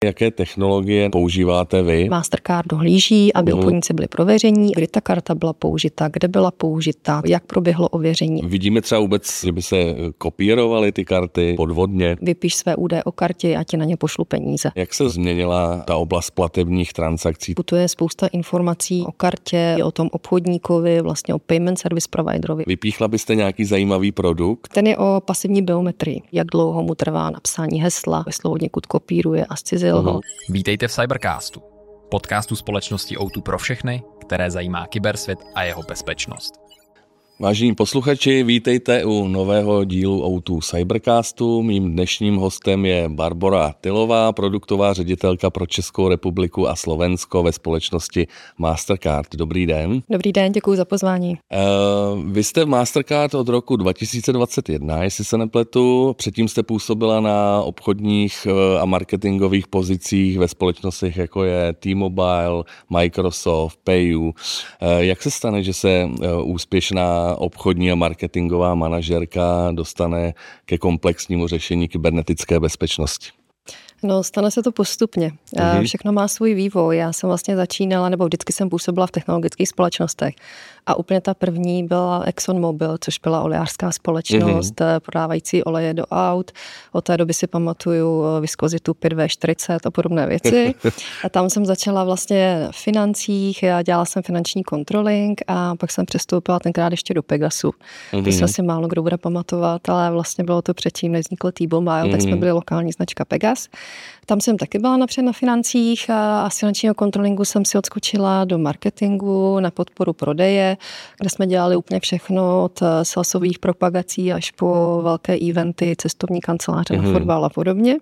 Jaké technologie používáte vy? Mastercard dohlíží, aby obchodníci byli prověření, kdy ta karta byla použita, kde byla použita, jak proběhlo ověření. Vidíme třeba vůbec, že by se kopírovaly ty karty podvodně? Vypiš své údaje o kartě a ti na ně pošlu peníze. Jak se změnila ta oblast platebních transakcí? Putuje spousta informací o kartě, o tom obchodníkovi, vlastně o payment service providerovi. Vypíchla byste nějaký zajímavý produkt? Ten je o pasivní biometrii. Jak dlouho mu trvá napsání hesla, jestli ho někud kopíruje a zcizil ho. Vítejte v Cybercastu, podcastu společnosti O2 pro všechny, které zajímá kybersvět a jeho bezpečnost. Vážení posluchači, vítejte u nového dílu O2 Cybercastu. Mým dnešním hostem je Barbora Tylová, produktová ředitelka pro Českou republiku a Slovensko ve společnosti Mastercard. Dobrý den. Dobrý den, děkuji za pozvání. Vy jste v Mastercard od roku 2021, jestli se nepletu. Předtím jste působila na obchodních a marketingových pozicích ve společnostech, jako je T-Mobile, Microsoft, PayU. Jak se stane, že se úspěšná obchodní a marketingová manažerka dostane ke komplexnímu řešení kybernetické bezpečnosti? No, stane se to postupně. Všechno má svůj vývoj. Já jsem vlastně začínala, nebo vždycky jsem působila v technologických společnostech. A úplně ta první byla ExxonMobil, což byla olejářská společnost, prodávající oleje do aut. Od té doby si pamatuju viskozitu 5V40 a podobné věci. A tam jsem začala vlastně v financích, já dělala jsem finanční controlling a pak jsem přestoupila tenkrát ještě do Pegasu. To se asi málo kdo bude pamatovat, ale vlastně bylo to předtím, než vznikl T-Mobile, tak jsme byli lokální značka Pegas. Tam jsem taky byla napřed na financích a z finančního kontrolingu jsem si odskočila do marketingu na podporu prodeje, kde jsme dělali úplně všechno od salesových propagací až po velké eventy, cestovní kanceláře na fotbal a podobně.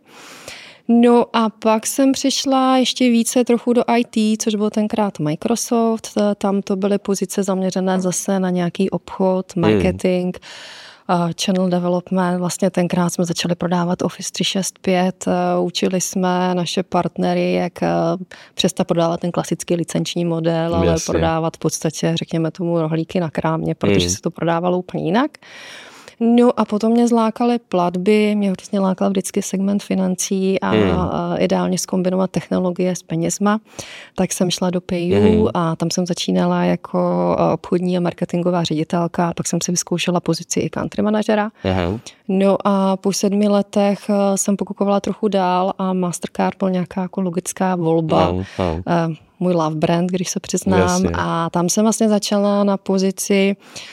No a pak jsem přišla ještě více trochu do IT, což byl tenkrát Microsoft. Tam to byly pozice zaměřené zase na nějaký obchod, marketing, channel development. Vlastně tenkrát jsme začali prodávat Office 365, učili jsme naše partnery, jak přestat prodávat ten klasický licenční model, ale prodávat v podstatě, řekněme tomu, rohlíky na krámě, protože se to prodávalo úplně jinak. No a potom mě zlákaly platby, mě hrozně lákal vždycky segment financí a ideálně zkombinovat technologie s penězma. Tak jsem šla do PayU a tam jsem začínala jako obchodní a marketingová ředitelka, pak jsem si vyzkoušela pozici i country manažera. No a po 7 letech jsem pokukovala trochu dál a Mastercard byl nějaká jako logická volba. Můj love brand, když se přiznám. A tam jsem vlastně začala na pozici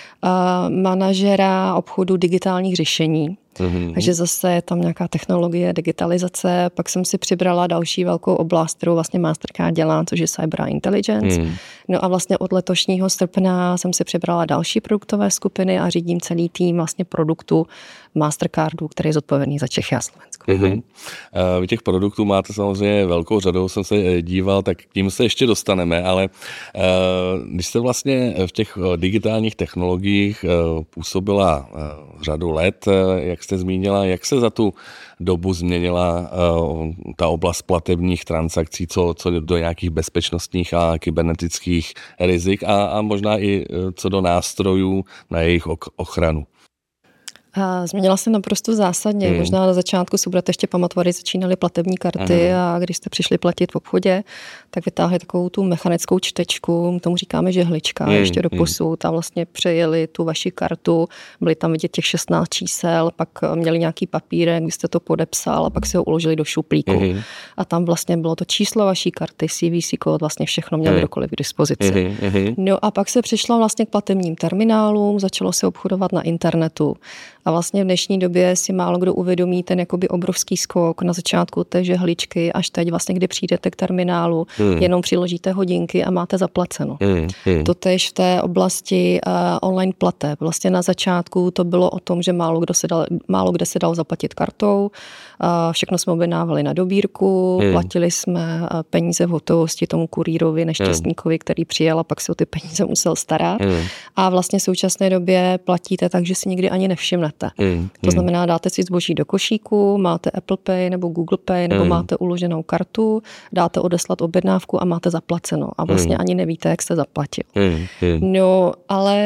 manažera obchodu digitálních řešení. Takže zase je tam nějaká technologie, digitalizace. Pak jsem si přibrala další velkou oblast, kterou vlastně Mastercard dělá, což je cyber intelligence. No a vlastně od letošního srpna jsem si přibrala další produktové skupiny a řídím celý tým vlastně produktu Mastercardu, který je zodpovědný za Čechy a Slovensko. Vy těch produktů máte samozřejmě velkou řadu, jsem se díval, tak k tím se ještě dostaneme, ale když jste vlastně v těch digitálních technologiích působila řadu let, jak jste zmínila, jak se za tu dobu změnila ta oblast platebních transakcí, co do nějakých bezpečnostních a kybernetických rizik a možná i co do nástrojů na jejich ochranu? Změnila se naprosto zásadně. Možná na začátku si budete ještě pamatovat, když začínaly platební karty a když jste přišli platit v obchodě, tak vytáhli takovou tu mechanickou čtečku, tomu říkáme žehlička, ještě do posud a vlastně přejeli tu vaši kartu, byly tam vidět těch 16 čísel, pak měli nějaký papírek, vy jste to podepsal a pak si ho uložili do šuplíku. A tam vlastně bylo to číslo vaší karty, CVC kód, vlastně všechno měli kdokoliv k dispozici. No a pak se přišlo vlastně k platebním terminálům, začalo se obchodovat na internetu. A vlastně v dnešní době si málo kdo uvědomí ten jakoby obrovský skok na začátku té žehličky, až teď vlastně, kdy přijdete k terminálu, jenom přiložíte hodinky a máte zaplaceno. Totéž v té oblasti online plateb. Vlastně na začátku to bylo o tom, že málo kde se dalo zaplatit kartou, všechno jsme objednávali na dobírku, platili jsme peníze v hotovosti tomu kurýrovi, nešťastníkovi, který přijel a pak se o ty peníze musel starat. A vlastně v současné době platíte tak, že si nikdy ani nevšimnete. To znamená, dáte si zboží do košíku, máte Apple Pay nebo Google Pay, nebo máte uloženou kartu, dáte odeslat objednávku a máte zaplaceno. A vlastně ani nevíte, jak jste zaplatil. No, ale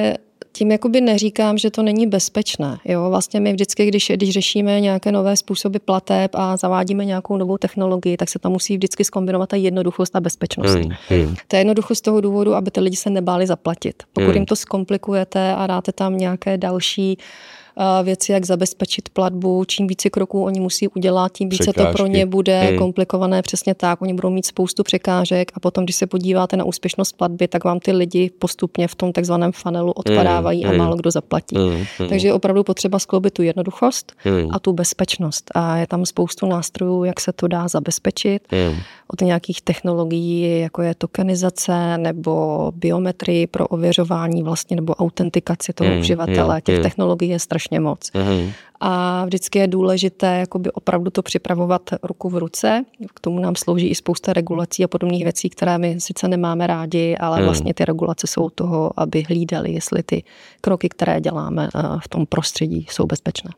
Tím jakoby neříkám, že to není bezpečné. Jo? Vlastně my vždycky, když řešíme nějaké nové způsoby plateb a zavádíme nějakou novou technologii, tak se tam musí vždycky zkombinovat ta jednoduchost a bezpečnost. Ta jednoduchost z toho důvodu, aby ty lidi se nebáli zaplatit. Pokud jim to zkomplikujete a dáte tam nějaké další věci, jak zabezpečit platbu, čím více kroků oni musí udělat, tím více to pro ně bude komplikované, přesně tak. Oni budou mít spoustu překážek a potom, když se podíváte na úspěšnost platby, tak vám ty lidi postupně v tom takzvaném funnelu odpadávají a málo kdo zaplatí. Takže je opravdu potřeba skloubit tu jednoduchost a tu bezpečnost. A je tam spoustu nástrojů, jak se to dá zabezpečit. Od nějakých technologií, jako je tokenizace nebo biometrii pro ověřování vlastně nebo autentikaci toho uživatele. Těch technologií je strašně moc. A vždycky je důležité jakoby opravdu to připravovat ruku v ruce. K tomu nám slouží i spousta regulací a podobných věcí, které my sice nemáme rádi, ale vlastně ty regulace jsou toho, aby hlídali, jestli ty kroky, které děláme v tom prostředí, jsou bezpečné.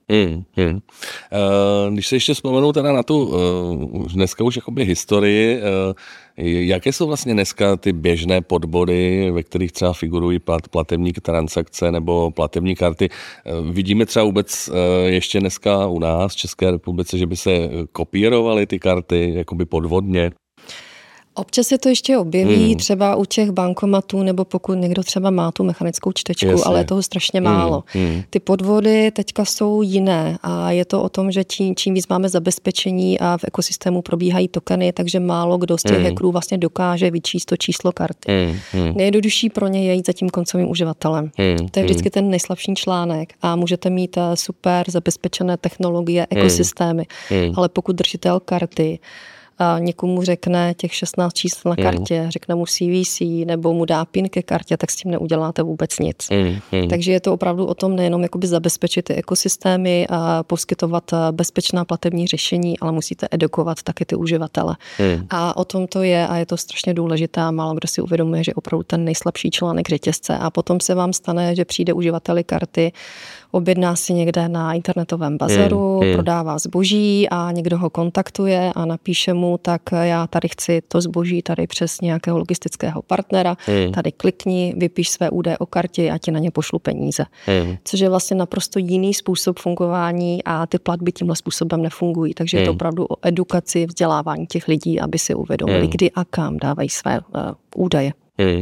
Když se ještě vzpomenu teda na tu dneska už jakoby historii, jaké jsou vlastně dneska ty běžné podbody, ve kterých třeba figurují platební transakce nebo platební karty? Vidíme třeba vůbec ještě dneska u nás v České republice, že by se kopírovaly ty karty jakoby podvodně? Občas se to ještě objeví třeba u těch bankomatů, nebo pokud někdo třeba má tu mechanickou čtečku, Jasně. ale je toho strašně málo. Ty podvody teďka jsou jiné a je to o tom, že čím víc máme zabezpečení a v ekosystému probíhají tokeny, takže málo kdo z těch hackerů vlastně dokáže vyčíst to číslo karty. Nejjednodušší pro ně je jít za tím koncovým uživatelem. To je vždycky ten nejslabší článek a můžete mít super zabezpečené technologie, ekosystémy, ale pokud držitel karty a někomu řekne těch 16 čísel na kartě, řekne mu CVC nebo mu dá PIN ke kartě, tak s tím neuděláte vůbec nic. Takže je to opravdu o tom nejenom jakoby zabezpečit ty ekosystémy a poskytovat bezpečná platební řešení, ale musíte edukovat taky ty uživatele. A o tom to je a je to strašně důležité a málo kdo si uvědomuje, že je opravdu ten nejslabší článek řetězce a potom se vám stane, že přijde uživateli karty, objedná si někde na internetovém bazaru, prodává zboží a někdo ho kontaktuje a napíše mu, tak já tady chci to zboží tady přes nějakého logistického partnera, tady klikni, vypiš své údaje o kartě a ti na ně pošlu peníze. Což je vlastně naprosto jiný způsob fungování a ty platby tímhle způsobem nefungují. Takže je to opravdu o edukaci, vzdělávání těch lidí, aby si uvědomili, kdy a kam dávají své údaje.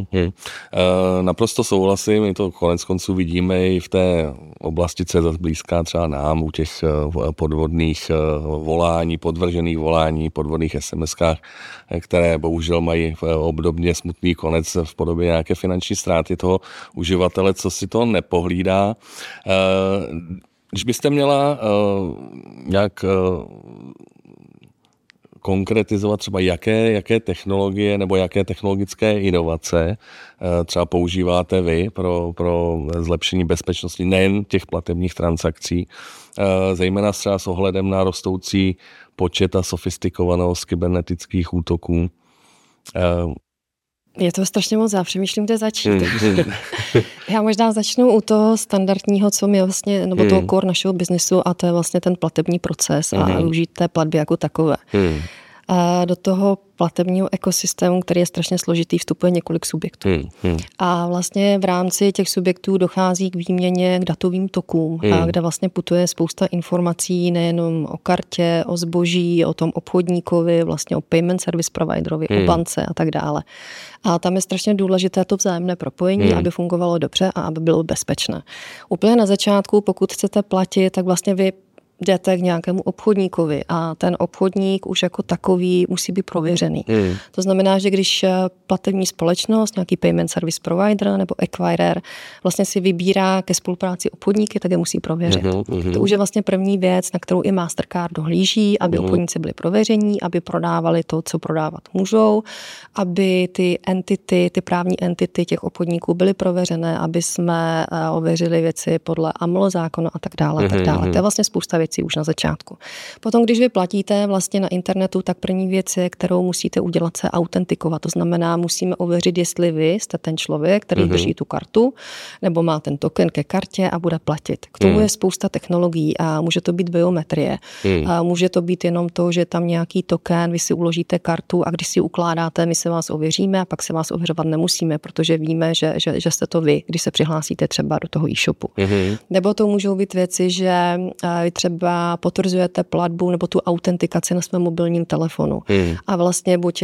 Naprosto souhlasím, my to konec konců vidíme i v té oblasti, co je zase blízká třeba nám, u těch podvodných volání, podvržených volání, podvodných SMS-kách, které bohužel mají obdobně smutný konec v podobě nějaké finanční ztráty toho uživatele, co si to nepohlídá. Když byste měla nějak konkretizovat třeba jaké technologie nebo jaké technologické inovace třeba používáte vy pro zlepšení bezpečnosti nejen těch platebních transakcí, zejména třeba s ohledem na rostoucí počet a sofistikovanost kybernetických útoků. Je to strašně moc, já přemýšlím, kde začít. Já možná začnu u toho standardního, co mi vlastně, nebo toho core našeho biznesu, a to je vlastně ten platební proces a využít té platby jako takové. A do toho platebního ekosystému, který je strašně složitý, vstupuje několik subjektů. A vlastně v rámci těch subjektů dochází k výměně, k datovým tokům, kde vlastně putuje spousta informací nejenom o kartě, o zboží, o tom obchodníkovi, vlastně o payment service providerovi, o bance a tak dále. A tam je strašně důležité to vzájemné propojení, aby fungovalo dobře a aby bylo bezpečné. Úplně na začátku, pokud chcete platit, tak vlastně vy jdete k nějakému obchodníkovi a ten obchodník už jako takový musí být prověřený. To znamená, že když platební společnost, nějaký payment service provider nebo acquirer vlastně si vybírá ke spolupráci obchodníky, tak je musí prověřit. To už je vlastně první věc, na kterou i Mastercard dohlíží, aby obchodníci byli prověření, aby prodávali to, co prodávat můžou, aby ty entity, ty právní entity těch obchodníků byly prověřené, aby jsme ověřili věci podle AMLO zákona a tak dále. To je vlastně spousta věcí, věci už na začátku. Potom, když vy platíte vlastně na internetu, tak první věc, kterou musíte udělat, se autentikovat. To znamená, musíme ověřit, jestli vy jste ten člověk, který drží tu kartu, nebo má ten token ke kartě a bude platit. K tomu je spousta technologií a může to být biometrie. A může to být jenom to, že tam nějaký token, vy si uložíte kartu a když si ukládáte, my se vás ověříme a pak se vás ověřovat nemusíme, protože víme, že jste to vy, když se přihlásíte třeba do toho e-shopu. Nebo to můžou být věci, že vy třeba potvrzujete platbu nebo tu autentikaci na svém mobilním telefonu. A vlastně buď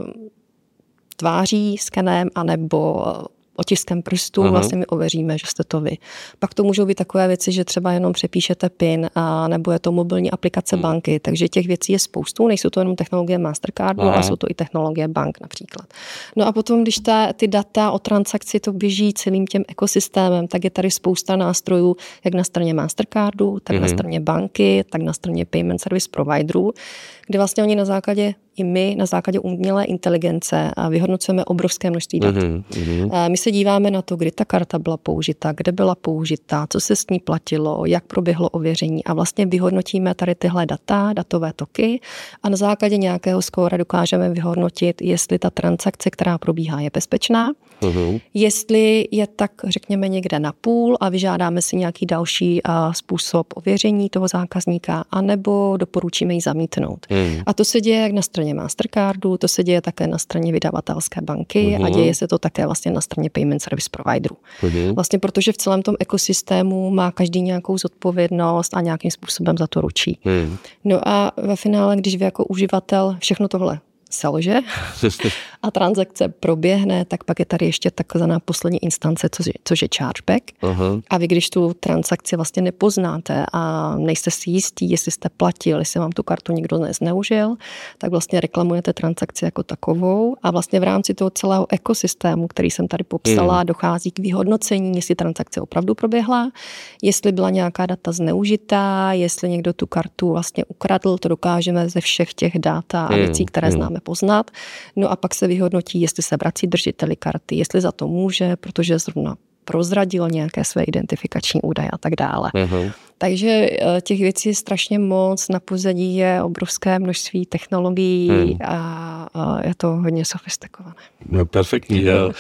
tváří, skenem, anebo otiskem prstu vlastně my ověříme, že jste to vy. Pak to můžou být takové věci, že třeba jenom přepíšete PIN a nebo je to mobilní aplikace banky, takže těch věcí je spoustu, nejsou to jenom technologie Mastercardu, ale jsou to i technologie bank například. No a potom, když ty data o transakci to běží celým tím ekosystémem, tak je tady spousta nástrojů, jak na straně Mastercardu, tak na straně banky, tak na straně payment service providerů, kde vlastně oni i my na základě umělé inteligence vyhodnocujeme obrovské množství dat. My se díváme na to, kdy ta karta byla použita, kde byla použita, co se s ní platilo, jak proběhlo ověření a vlastně vyhodnotíme tady tyhle data, datové toky a na základě nějakého skóre dokážeme vyhodnotit, jestli ta transakce, která probíhá, je bezpečná, jestli je tak, řekněme, někde na půl a vyžádáme si nějaký další způsob ověření toho zákazníka, anebo doporučíme ji zamítnout. A to se děje jak na straně Mastercardu, to se děje také na straně vydavatelské banky a děje se to také vlastně na straně payment service providerů. Vlastně protože v celém tom ekosystému má každý nějakou zodpovědnost a nějakým způsobem za to ručí. No a ve finále, když vy jako uživatel všechno tohle selže a transakce proběhne, tak pak je tady ještě takzvaná poslední instance, což je chargeback. A vy, když tu transakci vlastně nepoznáte a nejste si jistí, jestli jste platil, jestli vám tu kartu nikdo nezneužil, tak vlastně reklamujete transakci jako takovou a vlastně v rámci toho celého ekosystému, který jsem tady popsala, dochází k vyhodnocení, jestli transakce opravdu proběhla, jestli byla nějaká data zneužitá, jestli někdo tu kartu vlastně ukradl, to dokážeme ze všech těch data a věcí, které známe poznat. No a pak se vyhodnotí, jestli se vrací držiteli karty, jestli za to může, protože zrovna prozradil nějaké své identifikační údaje a tak dále. Takže těch věcí je strašně moc, na pozadí je obrovské množství technologií a je to hodně sofistikované. No, perfektní.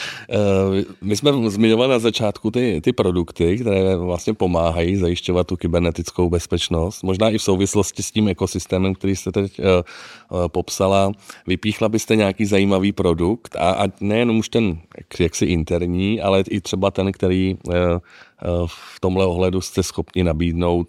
My jsme zmiňovali na začátku ty produkty, které vlastně pomáhají zajišťovat tu kybernetickou bezpečnost. Možná i v souvislosti s tím ekosystémem, který jste teď popsala. Vypíchla byste nějaký zajímavý produkt a nejenom už ten jaksi interní, ale i třeba ten, který v tomhle ohledu jste schopni nabídnout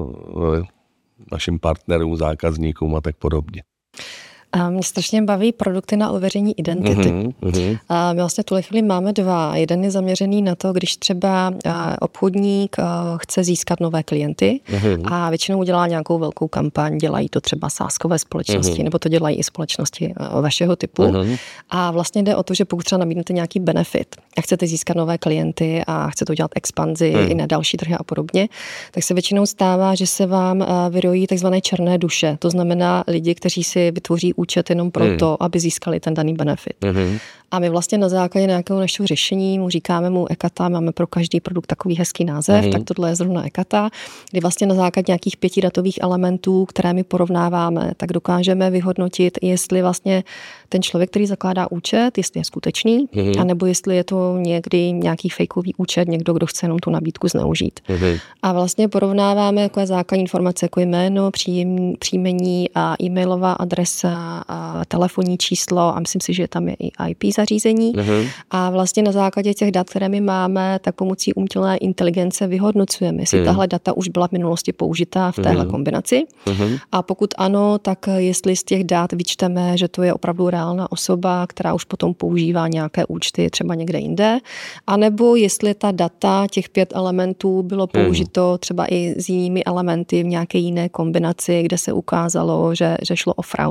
našim partnerům, zákazníkům a tak podobně. Mě strašně baví produkty na ověření identity. A my vlastně tuhle chvíli máme dva. Jeden je zaměřený na to, když třeba obchodník chce získat nové klienty a většinou udělá nějakou velkou kampaň, dělají to třeba sázkové společnosti, nebo to dělají i společnosti vašeho typu. A vlastně jde o to, že pokud třeba nabídnete nějaký benefit a chcete získat nové klienty a chcete udělat expanzi i na další trhy a podobně, tak se většinou stává, že se vám vyrojí takzvané černé duše. To znamená lidi, kteří si vytvoří účet jenom proto, aby získali ten daný benefit. A my vlastně na základě nějakého našeho řešení mu říkáme mu Ekata, máme pro každý produkt takový hezký název, tak tohle je zrovna Ekata, kdy vlastně na základě nějakých 5 datových elementů, které my porovnáváme, tak dokážeme vyhodnotit, jestli vlastně ten člověk, který zakládá účet, jestli je skutečný, anebo jestli je to někdy nějaký fejkový účet, někdo, kdo chce jenom tu nabídku zneužít. A vlastně porovnáváme jako základní informace, jako jméno, příjmení a e-mailová adresa, a telefonní číslo a myslím si, že tam je i IP zařízení. A vlastně na základě těch dat, které my máme, tak pomocí umělé inteligence vyhodnocujeme, jestli tahle data už byla v minulosti použitá v téhle kombinaci. A pokud ano, tak jestli z těch dat vyčteme, že to je opravdu reálná osoba, která už potom používá nějaké účty třeba někde jinde, anebo jestli ta data, těch 5 elementů bylo použito třeba i s jinými elementy v nějaké jiné kombinaci, kde se ukázalo, že šlo o fraud.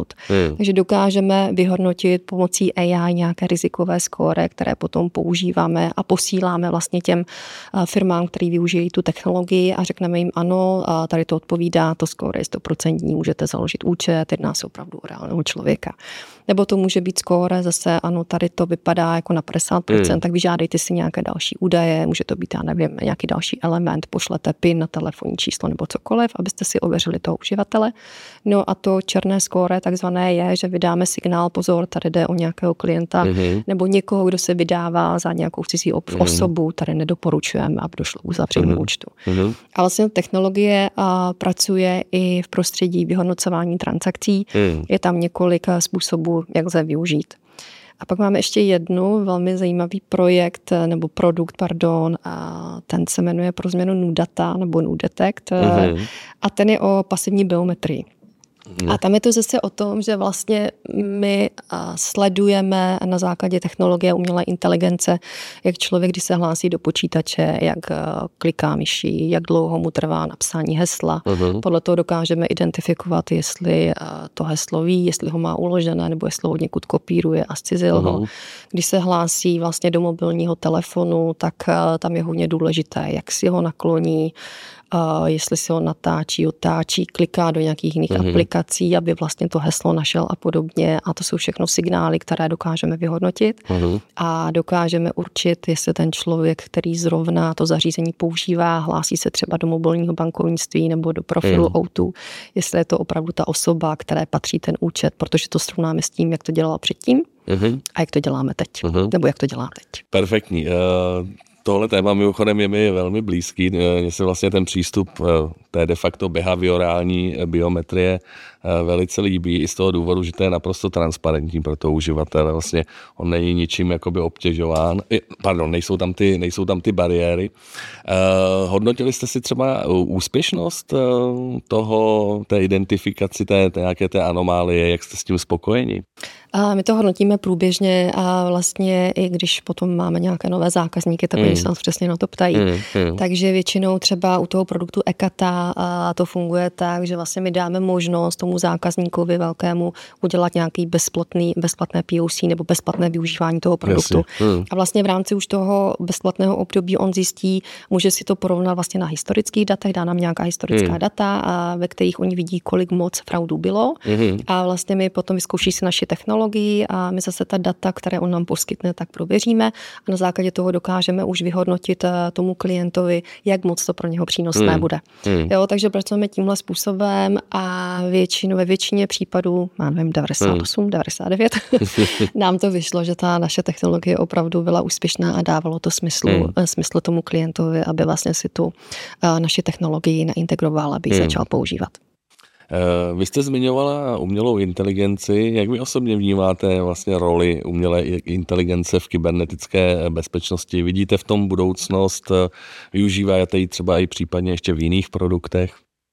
Takže dokážeme vyhodnotit pomocí AI nějaké rizikové skóre, které potom používáme a posíláme vlastně těm firmám, které využijí tu technologii a řekneme jim ano, tady to odpovídá, to skóre je 100%, můžete založit účet, jedná se opravdu o reálného člověka. Nebo to může být skóre, zase ano, tady to vypadá jako na 50%, tak vyžádejte si nějaké další údaje, může to být, já nevím, nějaký další element, pošlete PIN na telefonní číslo nebo cokoliv, abyste si ověřili toho uživatele. No a to černé skóre takzvané je, že vydáme signál, pozor, tady jde o nějakého klienta nebo někoho, kdo se vydává za nějakou cizí osobu, tady nedoporučujeme, aby došlo k uzavření účtu. A vlastně technologie pracuje i v prostředí vyhodnocování transakcí. Je tam několik způsobů, jak lze využít. A pak máme ještě jednu velmi zajímavý projekt, nebo produkt, a ten se jmenuje pro změnu NuData nebo NuDetect a ten je o pasivní biometrii. A tam je to zase o tom, že vlastně my sledujeme na základě technologie umělé inteligence, jak člověk, když se hlásí do počítače, jak kliká myší, jak dlouho mu trvá napsání hesla. Podle toho dokážeme identifikovat, jestli to heslo ví, jestli ho má uložené, nebo jestli ho od někud kopíruje a zcizil ho. Když se hlásí vlastně do mobilního telefonu, tak tam je hodně důležité, jak si ho nakloní, jestli si ho natáčí, otáčí, kliká do nějakých jiných aplikací, aby vlastně to heslo našel a podobně. A to jsou všechno signály, které dokážeme vyhodnotit a dokážeme určit, jestli ten člověk, který zrovna to zařízení používá, hlásí se třeba do mobilního bankovnictví nebo do profilu O2, jestli je to opravdu ta osoba, které patří ten účet, protože to srovnáme s tím, jak to dělala předtím a jak to děláme teď, nebo jak to dělá teď. Perfektní. Tohle téma mimochodem je mi velmi blízký. Mně se vlastně ten přístup té de facto behaviorální biometrie velice líbí i z toho důvodu, že to je naprosto transparentní pro toho uživatele. Vlastně on není ničím jakoby obtěžován. Nejsou tam ty bariéry. Hodnotili jste si třeba úspěšnost té identifikaci, nějaké té anomálie, jak jste s tím spokojeni? My to hodnotíme průběžně a vlastně i když potom máme nějaké nové zákazníky, tak oni se nás přesně na to ptají. Takže většinou třeba u toho produktu Ekata to funguje tak, že vlastně my dáme možnost tomu zákazníkovi velkému udělat nějaký bezplatné POC nebo bezplatné využívání toho produktu. A vlastně v rámci už toho bezplatného období on zjistí, může si to porovnat vlastně na historických datech, dá nám nějaká historická data, ve kterých oni vidí, kolik moc fraudů bylo. A vlastně my potom vyzkouší si naši technologii a my zase ta data, které on nám poskytne, tak prověříme a na základě toho dokážeme už vyhodnotit tomu klientovi, jak moc to pro něho přínosné bude. Jo, takže pracujeme tímhle způsobem a ve většině případů, nevím, 98, 99, nám to vyšlo, že ta naše technologie opravdu byla úspěšná a dávalo to smysl tomu klientovi, aby vlastně si tu naši technologii naintegroval, aby ji začal používat. Vy jste zmiňovala umělou inteligenci. Jak vy osobně vnímáte vlastně roli umělé inteligence v kybernetické bezpečnosti? Vidíte v tom budoucnost? Využíváte ji třeba i případně ještě v jiných produktech?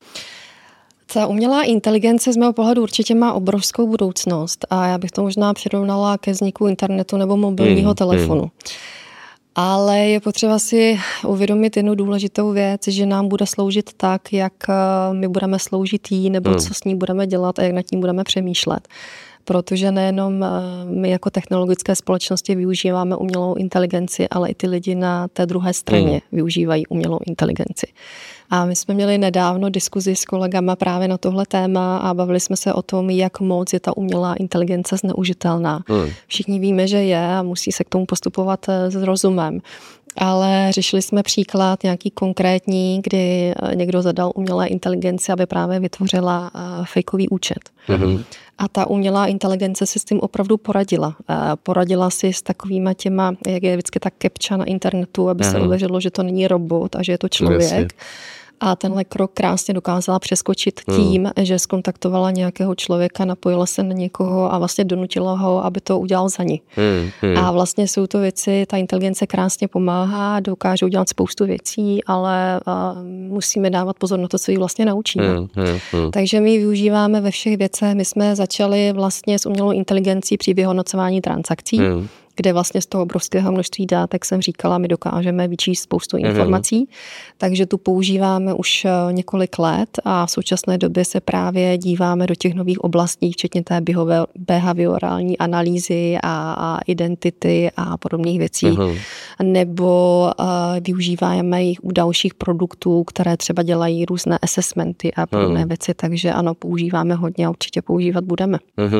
Ta umělá inteligence z mého pohledu určitě má obrovskou budoucnost a já bych to možná přirovnala ke vzniku internetu nebo mobilního telefonu. Ale je potřeba si uvědomit jednu důležitou věc, že nám bude sloužit tak, jak my budeme sloužit jí, nebo co s ní budeme dělat a jak nad tím budeme přemýšlet. Protože nejenom my jako technologické společnosti využíváme umělou inteligenci, ale i ty lidi na té druhé straně využívají umělou inteligenci. A my jsme měli nedávno diskuzi s kolegama právě na tohle téma a bavili jsme se o tom, jak moc je ta umělá inteligence zneužitelná. Všichni víme, že je a musí se k tomu postupovat s rozumem. Ale řešili jsme příklad nějaký konkrétní, kdy někdo zadal umělé inteligenci, aby právě vytvořila fejkový účet. A ta umělá inteligence si s tím opravdu poradila. Poradila si s takovýma těma, jak je vždycky ta captcha na internetu, aby se ověřilo, že to není robot a že je to člověk. A tenhle krok krásně dokázala přeskočit tím, že skontaktovala nějakého člověka, napojila se na někoho a vlastně donutila ho, aby to udělal za ní. A vlastně jsou to věci, ta inteligence krásně pomáhá, dokáže udělat spoustu věcí, ale musíme dávat pozor na to, co jí vlastně naučíme. Takže my využíváme ve všech věcech. My jsme začali vlastně s umělou inteligencí při vyhodnocování transakcí. kde vlastně z toho obrovského množství dat, jak jsem říkala, my dokážeme vyčíst spoustu informací, takže tu používáme už několik let a v současné době se právě díváme do těch nových oblastí, včetně té behaviorální analýzy a identity a podobných věcí. Nebo využíváme jich u dalších produktů, které třeba dělají různé assessmenty a podobné věci, takže ano, používáme hodně a určitě používat budeme.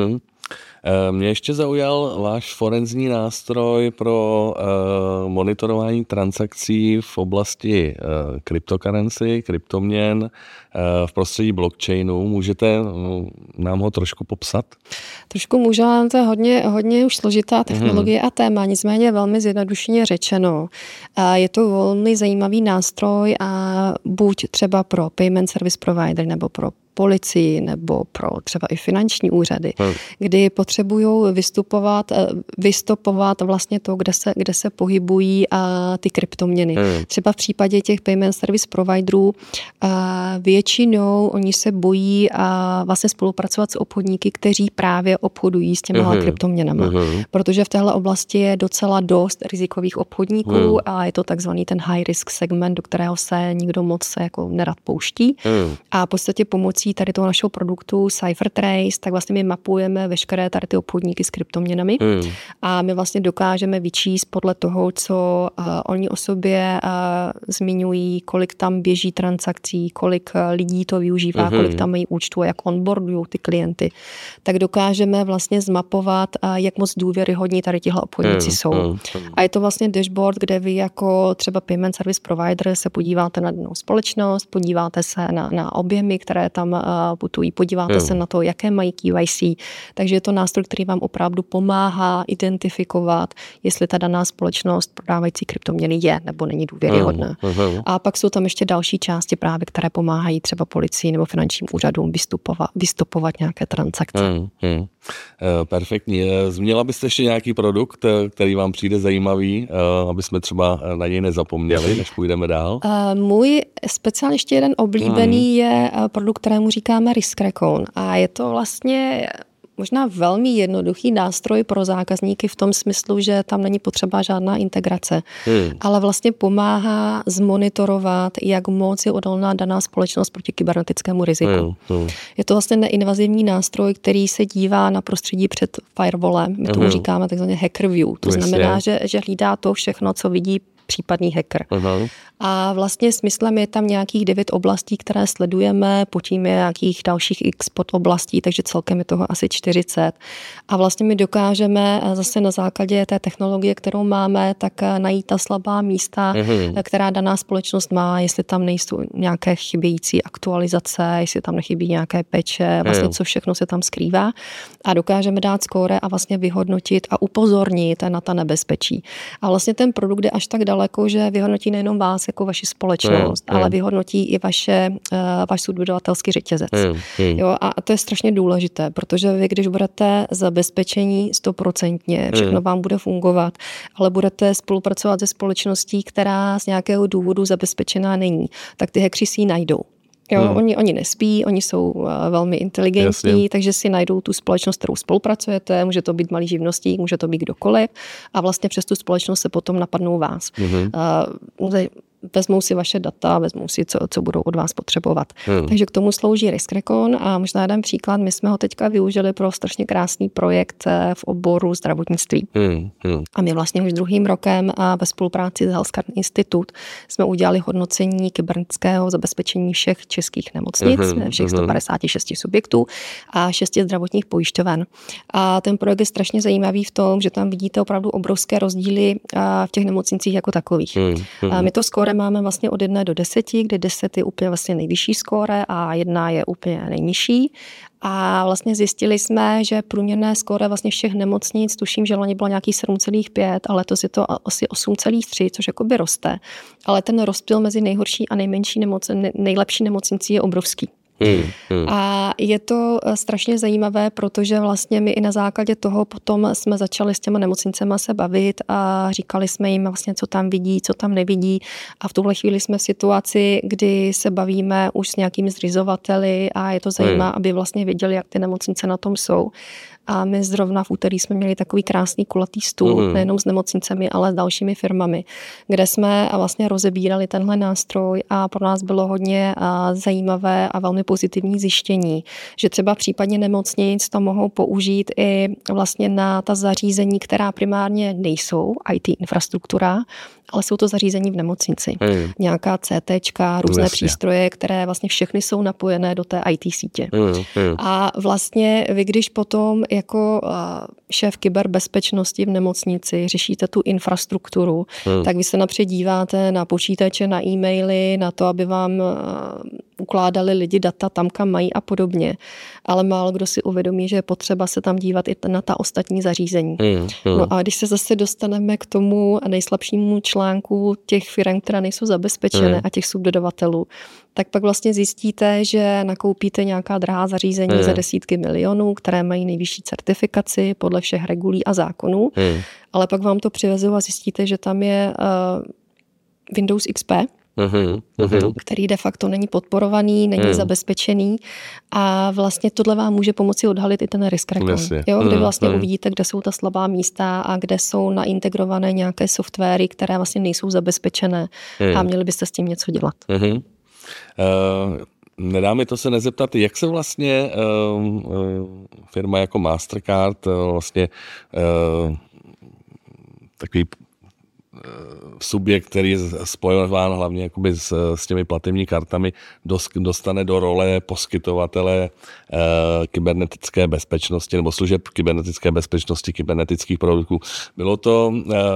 Mě ještě zaujal váš forenzní nástroj pro monitorování transakcí v oblasti cryptocurrency, kryptoměn v prostředí blockchainu. Můžete nám ho trošku popsat? Trošku můžeme, to je hodně už složitá technologie a téma, nicméně velmi zjednodušeně řečeno. Je to velmi zajímavý nástroj a buď třeba pro payment service provider nebo pro policii nebo pro třeba i finanční úřady, kdy potřebují vystopovat vlastně to, kde se pohybují ty kryptoměny. Třeba v případě těch payment service providerů většinou oni se bojí vlastně spolupracovat s obchodníky, kteří právě obchodují s těma kryptoměnama. Protože v téhle oblasti je docela dost rizikových obchodníků a je to takzvaný ten high risk segment, do kterého se nikdo moc jako nerad pouští. A v podstatě pomocí tady toho našeho produktu CipherTrace, tak vlastně my mapujeme veškeré tady ty obchodníky s kryptoměnami a my vlastně dokážeme vyčíst podle toho, co oni o sobě zmiňují, kolik tam běží transakcí, kolik lidí to využívá, kolik tam mají účtu a jak onboardují ty klienty, tak dokážeme vlastně zmapovat, jak moc důvěryhodní tady tihle obchodníci jsou. A je to vlastně dashboard, kde vy jako třeba payment service provider se podíváte na danou společnost, podíváte se na objemy, které tam putují, podíváte se na to, jaké mají KYC. Takže je to nástroj, který vám opravdu pomáhá identifikovat, jestli ta daná společnost prodávající kryptoměny je nebo není důvěryhodná. A pak jsou tam ještě další části právě, které pomáhají třeba policii nebo finančním úřadům vystopovat nějaké transakce. Perfektní. Zmínila byste ještě nějaký produkt, který vám přijde zajímavý, aby jsme třeba na něj nezapomněli, než půjdeme dál? Můj speciálně ještě jeden oblíbený je produkt, kterému říkáme RiskRecon. A je to vlastně možná velmi jednoduchý nástroj pro zákazníky v tom smyslu, že tam není potřeba žádná integrace, ale vlastně pomáhá zmonitorovat, jak moc je odolná daná společnost proti kybernetickému riziku. Je to vlastně neinvazivní nástroj, který se dívá na prostředí před firewallem. My tomu říkáme takzvaně hacker view. To znamená, že hlídá to všechno, co vidí případný hacker. A vlastně smyslem je tam nějakých 9 oblastí, které sledujeme, potom je nějakých dalších x podoblastí, takže celkem je toho asi 40. A vlastně my dokážeme zase na základě té technologie, kterou máme, tak najít ta slabá místa, která daná společnost má, jestli tam nejsou nějaké chybějící aktualizace, jestli tam nechybí nějaké peče, vlastně co všechno se tam skrývá. A dokážeme dát skóre a vlastně vyhodnotit a upozornit na ta nebezpečí. A vlastně ten produkt je až tak daleko, že vyhodnotí nejenom vás jako vaši společnost, ale vyhodnotí i váš subdodavatelský řetězec. Jo, a to je strašně důležité, protože vy, když budete zabezpečení 100%, všechno vám bude fungovat, ale budete spolupracovat se společností, která z nějakého důvodu zabezpečená není, tak ty hackři si ji najdou. Jo, oni nespí, oni jsou velmi inteligentní, takže si najdou tu společnost, kterou spolupracujete, může to být malý živnostník, může to být kdokoliv a vlastně přes tu společnost se potom napadnou vás. Vezmou si vaše data, vezmou si, co budou od vás potřebovat. Takže k tomu slouží RiskRecon a možná jeden příklad, my jsme ho teďka využili pro strašně krásný projekt v oboru zdravotnictví. A my vlastně už druhým rokem a ve spolupráci s Healthcare Institute jsme udělali hodnocení kybernetického zabezpečení všech českých nemocnic, všech 156 subjektů a 6 zdravotních pojišťoven. A ten projekt je strašně zajímavý v tom, že tam vidíte opravdu obrovské rozdíly v těch nemocnicích jako takových. My to skóre máme vlastně od 1 do 10, kde 10 je úplně vlastně nejvyšší skóre a 1 je úplně nejnižší. A vlastně zjistili jsme, že průměrné skóre vlastně všech nemocnic, tuším, že loni bylo nějaký 7,5, ale letos je to asi 8,3, což jakoby roste. Ale ten rozptyl mezi nejhorší a nejlepší nemocnicí je obrovský. A je to strašně zajímavé, protože vlastně my i na základě toho potom jsme začali s těma nemocnicema se bavit a říkali jsme jim vlastně, co tam vidí, co tam nevidí. A v tuhle chvíli jsme v situaci, kdy se bavíme už s nějakými zřizovateli a je to zajímavé, aby vlastně věděli, jak ty nemocnice na tom jsou. A my zrovna v úterý jsme měli takový krásný kulatý stůl, nejenom s nemocnicemi, ale s dalšími firmami, kde jsme vlastně rozebírali tenhle nástroj a pro nás bylo hodně zajímavé a velmi pozitivní zjištění, že třeba případně nemocnic to mohou použít i vlastně na ta zařízení, která primárně nejsou IT infrastruktura, ale jsou to zařízení v nemocnici. Nějaká CTčka, různé přístroje, které vlastně všechny jsou napojené do té IT sítě. A vlastně vy, když potom jako šéf kyberbezpečnosti v nemocnici řešíte tu infrastrukturu, tak vy se napřed díváte na počítače, na e-maily, na to, aby vám ukládali lidi data tam, kam mají a podobně. Ale málo kdo si uvědomí, že je potřeba se tam dívat i na ta ostatní zařízení. No a když se zase dostaneme k tomu nejslabšímu článku těch firm, které nejsou zabezpečené a těch subdodavatelů, tak pak vlastně zjistíte, že nakoupíte nějaká drahá zařízení za desítky milionů, které mají nejvyšší certifikaci podle všech regulí a zákonů, ale pak vám to přivezou a zjistíte, že tam je Windows XP, který de facto není podporovaný, není zabezpečený a vlastně tohle vám může pomoci odhalit i ten risk record, kde vlastně uvidíte, kde jsou ta slabá místa a kde jsou naintegrované nějaké softwary, které vlastně nejsou zabezpečené a měli byste s tím něco dělat. Nedá mi to se nezeptat, jak se vlastně firma jako Mastercard vlastně takový subjekt, který je spojován hlavně jakoby s těmi platební kartami, dostane do role poskytovatele kybernetické bezpečnosti nebo služeb kybernetické bezpečnosti, kybernetických produktů. Bylo to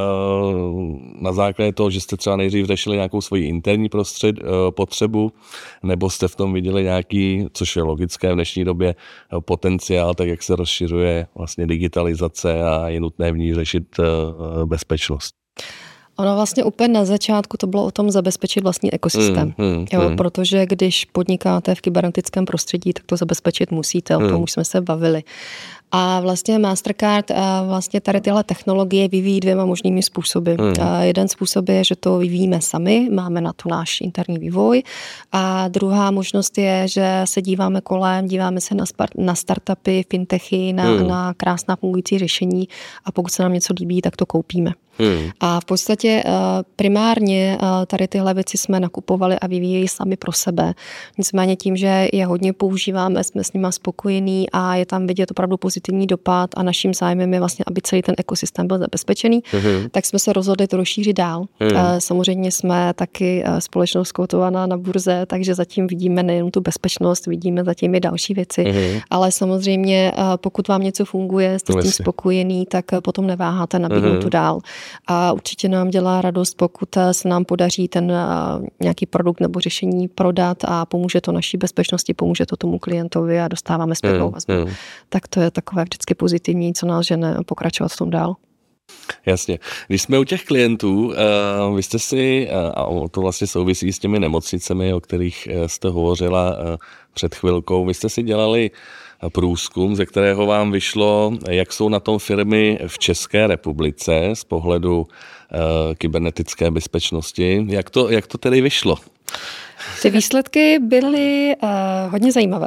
na základě toho, že jste třeba nejdřív řešili nějakou svoji interní potřebu, nebo jste v tom viděli nějaký, což je logické v dnešní době, potenciál, tak jak se rozšiřuje vlastně digitalizace a je nutné v ní řešit bezpečnost? Ono vlastně úplně na začátku to bylo o tom zabezpečit vlastní ekosystém, protože když podnikáte v kybernetickém prostředí, tak to zabezpečit musíte, o tom už jsme se bavili. A vlastně Mastercard vlastně tady tyhle technologie vyvíjí dvěma možnými způsoby. Jeden způsob je, že to vyvíjíme sami, máme na to náš interní vývoj. A druhá možnost je, že se díváme kolem, díváme se na startupy, fintechy, na krásná fungující řešení a pokud se nám něco líbí, tak to koupíme. A v podstatě primárně tady tyhle věci jsme nakupovali a vyvíjeli sami pro sebe. Nicméně tím, že je hodně používáme, jsme s nima spokojení a je tam vidět opravdu pozitivní dopad a naším zájmem je vlastně, aby celý ten ekosystém byl zabezpečený, tak jsme se rozhodli to rozšířit dál. Samozřejmě jsme taky společnost kotovaná na burze, takže zatím vidíme nejen tu bezpečnost, vidíme zatím i další věci, ale samozřejmě pokud vám něco funguje, jste s tím spokojený, tak potom neváháte nabídnout to dál. A určitě nám dělá radost, pokud se nám podaří ten nějaký produkt nebo řešení prodat a pomůže to naší bezpečnosti, pomůže to tomu klientovi a dostáváme zpětnou vazbu. Tak to je takové vždycky pozitivní, co nás žene pokračovat v tom dál. Jasně. Když jsme u těch klientů, vy jste si, a to vlastně souvisí s těmi nemocnicemi, o kterých jste hovořila před chvilkou, vy jste si dělali průzkum, ze kterého vám vyšlo, jak jsou na tom firmy v České republice z pohledu kybernetické bezpečnosti. Jak to tedy vyšlo? Ty výsledky byly hodně zajímavé.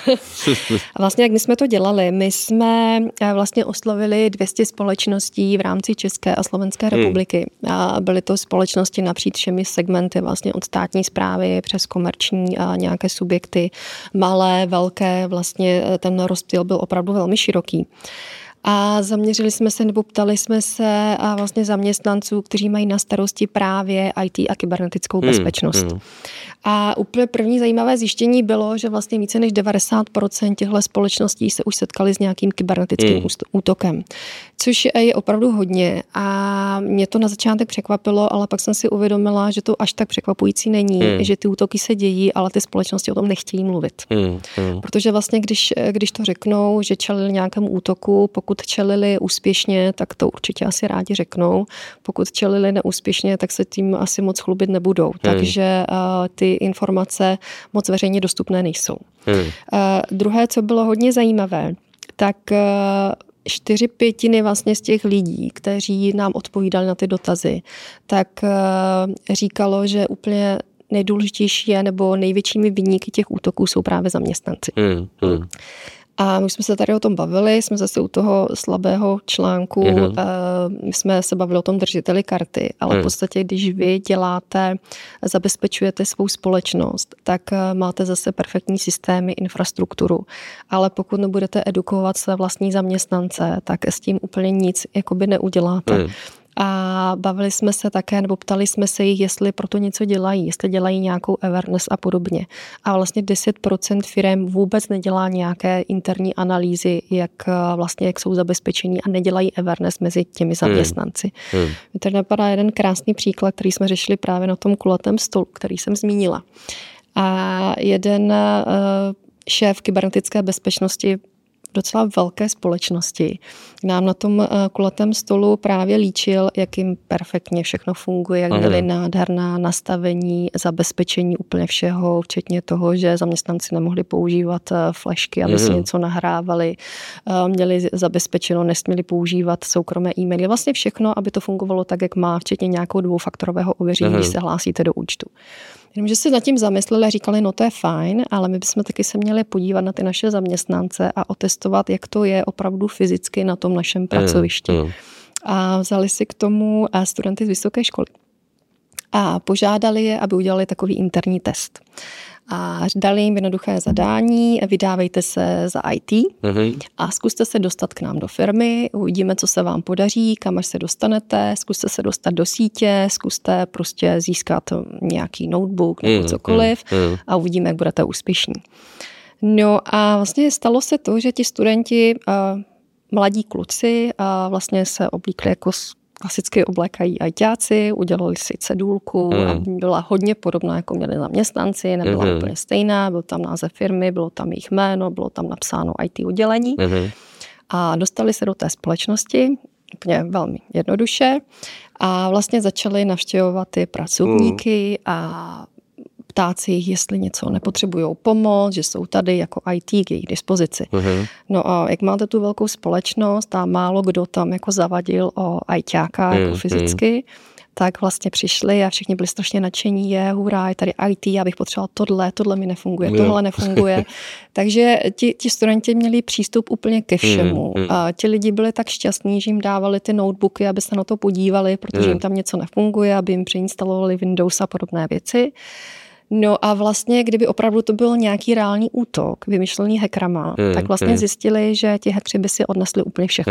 A vlastně, jak my jsme to dělali, my jsme vlastně oslovili 200 společností v rámci České a Slovenské republiky. A byly to společnosti napříč všemi segmenty, vlastně od státní správy přes komerční a nějaké subjekty, malé, velké, vlastně ten rozptyl byl opravdu velmi široký. A zaměřili jsme se, nebo ptali jsme se a vlastně zaměstnanců, kteří mají na starosti právě IT a kybernetickou bezpečnost. A úplně první zajímavé zjištění bylo, že vlastně více než 90% těchto společností se už setkali s nějakým kybernetickým útokem, což je opravdu hodně. A mě to na začátek překvapilo, ale pak jsem si uvědomila, že to až tak překvapující není, že ty útoky se dějí, ale ty společnosti o tom nechtějí mluvit. Protože vlastně, když to řeknou, že čelili nějakému útoku, pokud čelili úspěšně, tak to určitě asi rádi řeknou. Pokud čelili neúspěšně, tak se tím asi moc chlubit nebudou. Takže ty informace moc veřejně dostupné nejsou. Druhé, co bylo hodně zajímavé, tak 4/5 vlastně z těch lidí, kteří nám odpovídali na ty dotazy, tak říkalo, že úplně nejdůležitější je, nebo největšími viníky těch útoků jsou právě zaměstnanci. A my jsme se tady o tom bavili, jsme zase u toho slabého článku, my jsme se bavili o tom držiteli karty, ale v podstatě, když vy zabezpečujete svou společnost, tak máte zase perfektní systémy, infrastrukturu, ale pokud nebudete edukovat své vlastní zaměstnance, tak s tím úplně nic jakoby neuděláte. A bavili jsme se také, nebo ptali jsme se jich, jestli proto něco dělají, jestli dělají nějakou awareness a podobně. A vlastně 10% firem vůbec nedělá nějaké interní analýzy, jak jsou zabezpečení a nedělají awareness mezi těmi zaměstnanci. Mně tady napadá jeden krásný příklad, který jsme řešili právě na tom kulatém stolu, který jsem zmínila. A jeden šéf kybernetické bezpečnosti docela velké společnosti nám na tom kulatém stolu právě líčil, jak jim perfektně všechno funguje, jak měli nádherná nastavení, zabezpečení úplně všeho, včetně toho, že zaměstnanci nemohli používat flashky, aby si něco nahrávali, měli zabezpečeno, nesměli používat soukromé e-maily, vlastně všechno, aby to fungovalo tak, jak má, včetně nějakého dvoufaktorového ověření, když se hlásíte do účtu. Jenomže si nad tím zamysleli a říkali, no to je fajn, ale my bychom taky se měli podívat na ty naše zaměstnance a otestovat, jak to je opravdu fyzicky na tom našem pracovišti. A vzali si k tomu studenty z vysoké školy a požádali je, aby udělali takový interní test. A dali jim jednoduché zadání, vydávejte se za IT a zkuste se dostat k nám do firmy, uvidíme, co se vám podaří, kam až se dostanete, zkuste se dostat do sítě, zkuste prostě získat nějaký notebook nebo cokoliv a uvidíme, jak budete úspěšní. No a vlastně stalo se to, že ti studenti, mladí kluci, vlastně se oblíkli jako klasicky oblékají ajťáci, udělali si cedulku a byla hodně podobná, jako měli zaměstnanci, nebyla úplně stejná, byl tam název firmy, bylo tam jejich jméno, bylo tam napsáno IT oddělení a dostali se do té společnosti úplně velmi jednoduše a vlastně začali navštěvovat ty pracovníky a ptát si jich, jestli něco nepotřebují pomoc, že jsou tady jako IT k jejich dispozici. No a jak máte tu velkou společnost a málo kdo tam jako zavadil o ITáka jako fyzicky, tak vlastně přišli a všichni byli strašně nadšení, hurá, je tady IT, já bych potřebovala tohle mi nefunguje, tohle nefunguje. Takže ti studenti měli přístup úplně ke všemu. A ti lidi byli tak šťastní, že jim dávali ty notebooky, aby se na to podívali, protože jim tam něco nefunguje, aby jim přeinstalovali Windows a podobné věci. No a vlastně, kdyby opravdu to byl nějaký reálný útok, vymyšlený hackerama, tak vlastně zjistili, že ti hackři by si odnesli úplně všechno.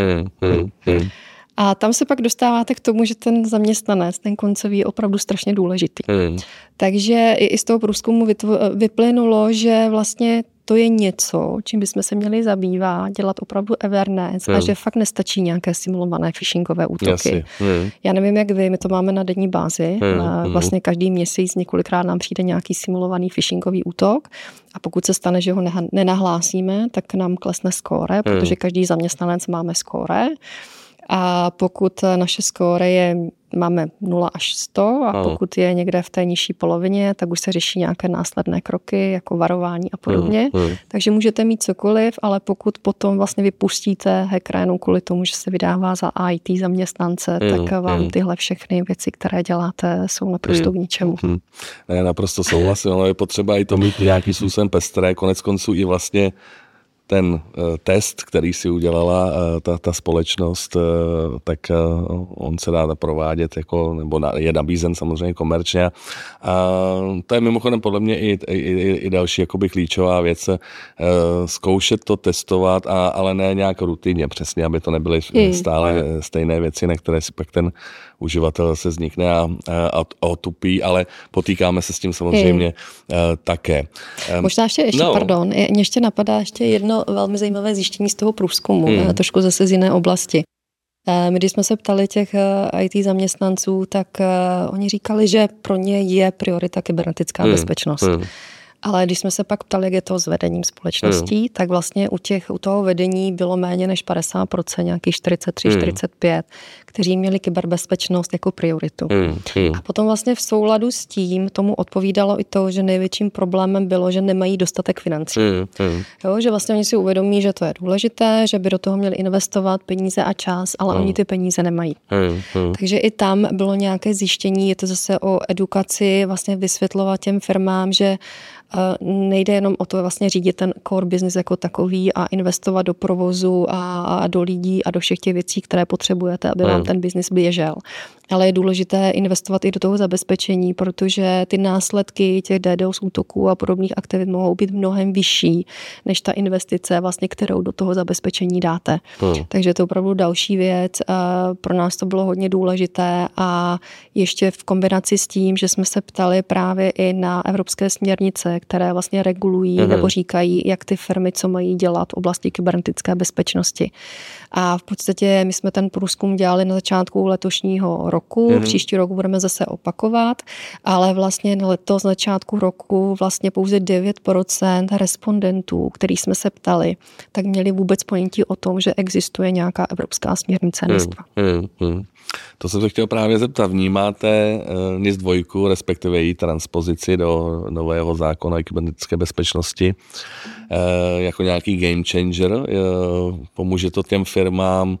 A tam se pak dostáváte k tomu, že ten zaměstnanec, ten koncový je opravdu strašně důležitý. Takže i z toho průzkumu vyplynulo, že vlastně to je něco, čím bychom se měli zabývat, dělat opravdu awareness a že fakt nestačí nějaké simulované phishingové útoky. Já nevím, jak vy, my to máme na denní bázi. Vlastně každý měsíc několikrát nám přijde nějaký simulovaný phishingový útok a pokud se stane, že ho nenahlásíme, tak nám klesne skóre, protože každý zaměstnanec máme skóre. A pokud naše skóre máme 0 až 100 a pokud je někde v té nižší polovině, tak už se řeší nějaké následné kroky, jako varování a podobně. Takže můžete mít cokoliv, ale pokud potom vlastně vypustíte hackera jenom kvůli tomu, že se vydává za IT zaměstnance, tak vám tyhle všechny věci, které děláte, jsou naprosto k ničemu. Ne, naprosto souhlasím, ale je potřeba i to mít nějaký způsobem pestré, konec konců i vlastně ten test, který si udělala ta společnost, tak on se dá provádět jako, nebo je nabízen samozřejmě komerčně. A to je mimochodem podle mě i další jakoby klíčová věc, zkoušet to testovat, ale ne nějak rutině přesně, aby to nebyly stále stejné věci, na které si pak ten uživatel se vznikne a otupí, ale potýkáme se s tím samozřejmě také. Možná ještě pardon, mě ještě napadá ještě jedno velmi zajímavé zjištění z toho průzkumu, trošku zase z jiné oblasti. My, když jsme se ptali těch IT zaměstnanců, tak oni říkali, že pro ně je priorita kybernetická bezpečnost. Ale když jsme se pak ptali, jak je to s vedením společností, tak vlastně u toho vedení bylo méně než 50%, nějakých 43-45%, kteří měli kyberbezpečnost jako prioritu. A potom vlastně v souladu s tím tomu odpovídalo i to, že největším problémem bylo, že nemají dostatek financí. Jo, že vlastně oni si uvědomí, že to je důležité, že by do toho měli investovat peníze a čas, ale oni ty peníze nemají. Takže i tam bylo nějaké zjištění, je to zase o edukaci, vlastně vysvětlovat těm firmám, že nejde jenom o to vlastně řídit ten core business jako takový a investovat do provozu a do lidí a do všech těch věcí, které potřebujete, aby vám ten business běžel. Ale je důležité investovat i do toho zabezpečení, protože ty následky těch DDoS útoků a podobných aktivit mohou být mnohem vyšší, než ta investice, vlastně, kterou do toho zabezpečení dáte. Takže to je opravdu další věc. Pro nás to bylo hodně důležité a ještě v kombinaci s tím, že jsme se ptali právě i na evropské směrnice, které vlastně regulují nebo říkají, jak ty firmy, co mají dělat v oblasti kybernetické bezpečnosti. A v podstatě my jsme ten průzkum dělali na začátku letošního roku, příští rok budeme zase opakovat, ale vlastně letos na začátku roku vlastně pouze 9% respondentů, který jsme se ptali, tak měli vůbec ponětí o tom, že existuje nějaká evropská směrnice NIS2. To jsem se chtěl právě zeptat. Vnímáte NIS2, respektive její transpozici do nového zákona o kybernetické bezpečnosti jako nějaký game changer? Pomůže to těm firmám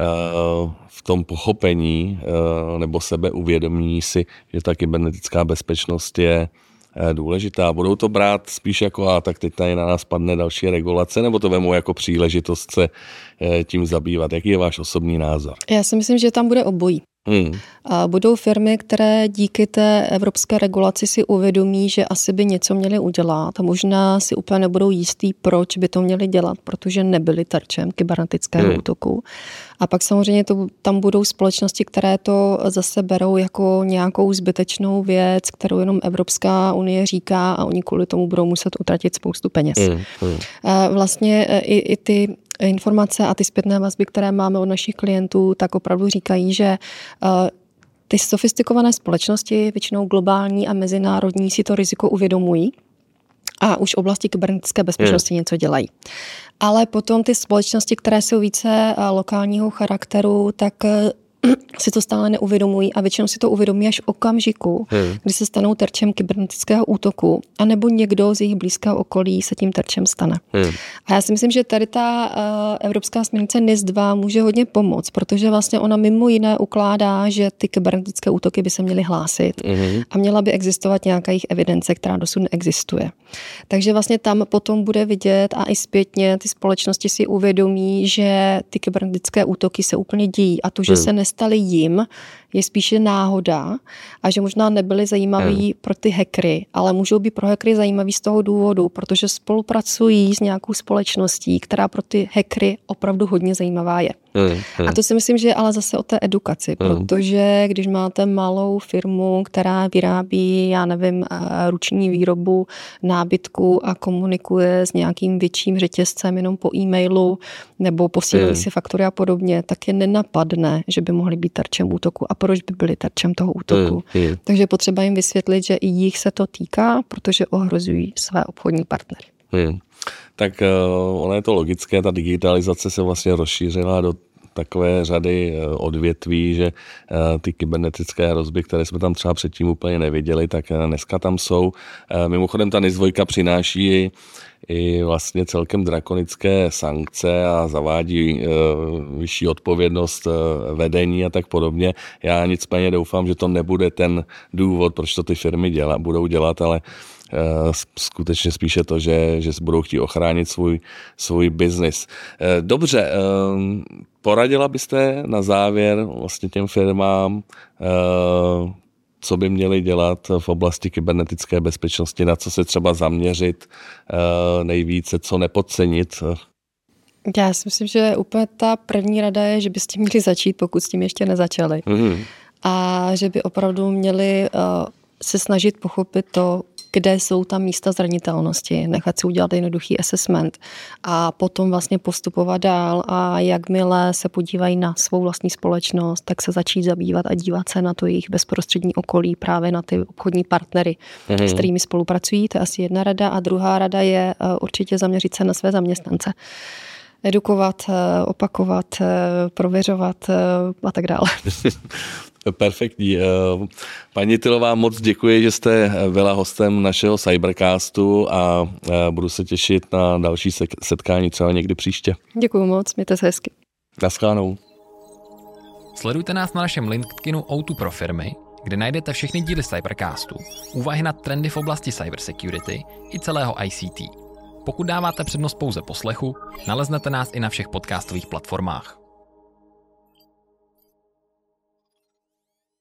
v tom pochopení nebo sebeuvědomění si, že ta kybernetická bezpečnost je důležitá? Budou to brát spíš jako tak teď tady na nás padne další regulace, nebo to vemou jako příležitost se tím zabývat? Jaký je váš osobní názor? Já si myslím, že tam bude obojí. A budou firmy, které díky té evropské regulaci si uvědomí, že asi by něco měly udělat a možná si úplně nebudou jistý, proč by to měli dělat, protože nebyli terčem kybernetického útoku. A pak samozřejmě tam budou společnosti, které to zase berou jako nějakou zbytečnou věc, kterou jenom Evropská unie říká a oni kvůli tomu budou muset utratit spoustu peněz. Vlastně i ty informace a ty zpětné vazby, které máme od našich klientů, tak opravdu říkají, že ty sofistikované společnosti, většinou globální a mezinárodní, si to riziko uvědomují a už v oblasti kybernetické bezpečnosti něco dělají. Ale potom ty společnosti, které jsou více lokálního charakteru, tak si to stále neuvědomují a většinou si to uvědomí až v okamžiku, kdy se stanou terčem kybernetického útoku, anebo někdo z jejich blízkého okolí se tím terčem stane. A já si myslím, že tady ta evropská směrnice NIS2 může hodně pomoct, protože vlastně ona mimo jiné ukládá, že ty kybernetické útoky by se měly hlásit a měla by existovat nějaká jejich evidence, která dosud neexistuje. Takže vlastně tam potom bude vidět a i zpětně ty společnosti si uvědomí, že ty kybernetické útoky se úplně dějí a to, že se nestaly jim, je spíše náhoda a že možná nebyly zajímavý pro ty hackery, ale můžou být pro hackery zajímavý z toho důvodu, protože spolupracují s nějakou společností, která pro ty hackery opravdu hodně zajímavá je. A to si myslím, že je ale zase o té edukaci, protože když máte malou firmu, která vyrábí, já nevím, ruční výrobu nábytku a komunikuje s nějakým větším řetězcem jenom po e-mailu nebo posílají si faktury a podobně, tak je nenapadne, že by mohli být terčem útoku. A proč by byli terčem toho útoku? Takže potřeba jim vysvětlit, že i jich se to týká, protože ohrozují své obchodní partnery. Tak ono je to logické, ta digitalizace se vlastně rozšířila do takové řady odvětví, že ty kybernetické hrozby, které jsme tam třeba předtím úplně neviděli, tak dneska tam jsou. Mimochodem ta NIS2 přináší i vlastně celkem drakonické sankce a zavádí vyšší odpovědnost vedení a tak podobně. Já nicméně doufám, že to nebude ten důvod, proč to ty firmy budou dělat, ale skutečně spíše to, že budou chtít ochránit svůj biznis. Dobře, poradila byste na závěr vlastně těm firmám, co by měli dělat v oblasti kybernetické bezpečnosti, na co se třeba zaměřit nejvíce, co nepodcenit? Já si myslím, že úplně ta první rada je, že by s tím měli začít, pokud s tím ještě nezačali. A že by opravdu měli se snažit pochopit to, kde jsou tam místa zranitelnosti, nechat si udělat jednoduchý assessment a potom vlastně postupovat dál a jakmile se podívají na svou vlastní společnost, tak se začít zabývat a dívat se na to jejich bezprostřední okolí, právě na ty obchodní partnery, s kterými spolupracují. To je asi jedna rada a druhá rada je určitě zaměřit se na své zaměstnance. Edukovat, opakovat, prověřovat a tak dále. Perfektní. Paní Tylová, moc děkuji, že jste byla hostem našeho Cybercastu a budu se těšit na další setkání třeba někdy příště. Děkuji moc, mějte se hezky. Naschledanou. Sledujte nás na našem LinkedInu O2 pro firmy, kde najdete všechny díly Cybercastu, úvahy na trendy v oblasti cybersecurity i celého ICT. Pokud dáváte přednost pouze poslechu, naleznete nás i na všech podcastových platformách.